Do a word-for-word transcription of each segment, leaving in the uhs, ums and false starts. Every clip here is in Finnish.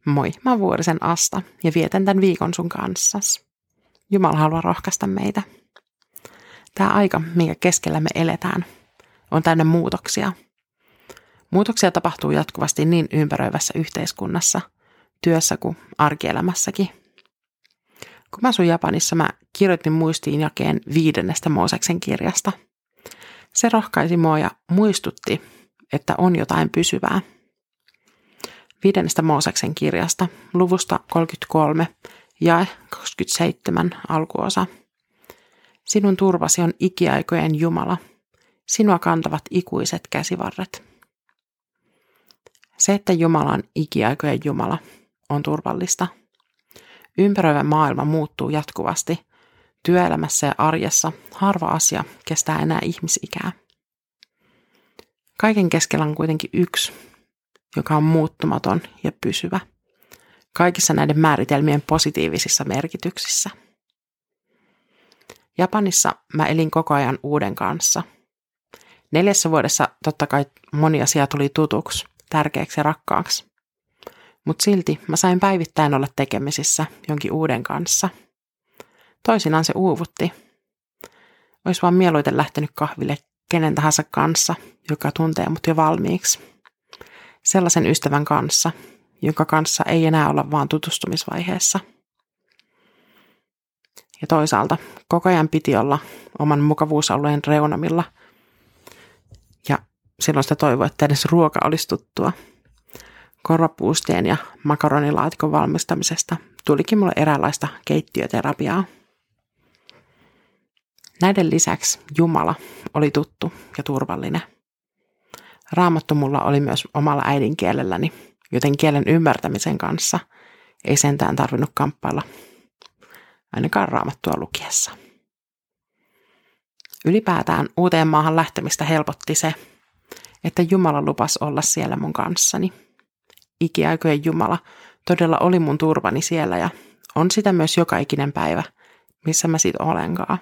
Moi, mä oon Vuorisen Asta ja vietän tämän viikon sun kanssas. Jumala haluaa rohkaista meitä. Tämä aika, minkä keskellä me eletään, on täynnä muutoksia. Muutoksia tapahtuu jatkuvasti niin ympäröivässä yhteiskunnassa, työssä kuin arkielämässäkin. Kun mä asuin Japanissa, mä kirjoitin muistiin jakeen viidennestä Mooseksen kirjasta. Se rohkaisi mua ja muistutti, että on jotain pysyvää. Viidennestä Mooseksen kirjasta, luvusta kolmekymmentäkolme, jae kaksikymmentäseitsemän alkuosa. Sinun turvasi on ikiaikojen Jumala. Sinua kantavat ikuiset käsivarret. Se, että Jumala on ikiaikojen Jumala, on turvallista. Ympäröivä maailma muuttuu jatkuvasti. Työelämässä ja arjessa harva asia kestää enää ihmisikää. Kaiken keskellä on kuitenkin yksi, joka on muuttumaton ja pysyvä. Kaikissa näiden määritelmien positiivisissa merkityksissä. Japanissa mä elin koko ajan uuden kanssa. Neljässä vuodessa totta kai moni asia tuli tutuksi, tärkeäksi ja rakkaaksi. Mutta silti mä sain päivittäin olla tekemisissä jonkin uuden kanssa. Toisinaan se uuvutti. Ois vaan mieluiten lähtenyt kahville kenen tahansa kanssa, joka tuntee mut jo valmiiksi. Sellaisen ystävän kanssa, jonka kanssa ei enää olla vaan tutustumisvaiheessa. Ja toisaalta koko ajan piti olla oman mukavuusalueen reunamilla. Ja silloin sitä toivoi, että edes ruoka olisi tuttua. Korvapuusteen ja makaronilaatikon valmistamisesta tulikin mulle eräänlaista keittiöterapiaa. Näiden lisäksi Jumala oli tuttu ja turvallinen. Raamattu mulla oli myös omalla äidinkielelläni, joten kielen ymmärtämisen kanssa ei sentään tarvinnut kamppailla, ainakaan Raamattua lukiessa. Ylipäätään uuteen maahan lähtemistä helpotti se, että Jumala lupasi olla siellä mun kanssani. Ikiaikojen Jumala todella oli mun turvani siellä ja on sitä myös joka ikinen päivä, missä mä sit olenkaan.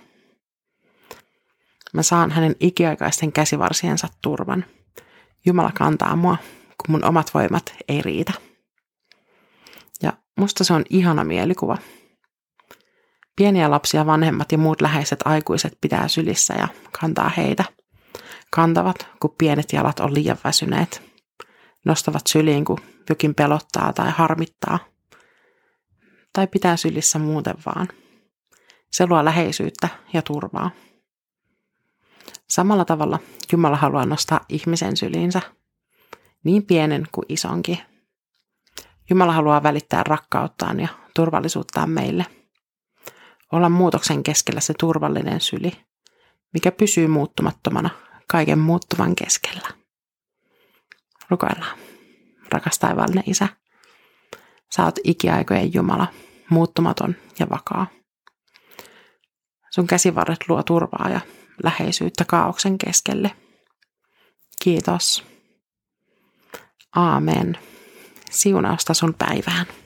Mä saan hänen ikiaikaisten käsivarsiensa turvan. Jumala kantaa mua, kun mun omat voimat ei riitä. Ja musta se on ihana mielikuva. Pieniä lapsia vanhemmat ja muut läheiset aikuiset pitää sylissä ja kantaa heitä. Kantavat, kun pienet jalat on liian väsyneet. Nostavat syliin, kun jokin pelottaa tai harmittaa. Tai pitää sylissä muuten vaan. Se luo läheisyyttä ja turvaa. Samalla tavalla Jumala haluaa nostaa ihmisen syliinsä, niin pienen kuin isonkin. Jumala haluaa välittää rakkauttaan ja turvallisuuttaan meille. Olla muutoksen keskellä se turvallinen syli, mikä pysyy muuttumattomana kaiken muuttuvan keskellä. Rukoillaan. Rakas taivaallinen Isä, sä oot ikiaikojen Jumala, muuttumaton ja vakaa. Sun käsivarret luo turvaa ja läheisyyttä kaaoksen keskelle. Kiitos. Aamen. Siunausta sun päivään.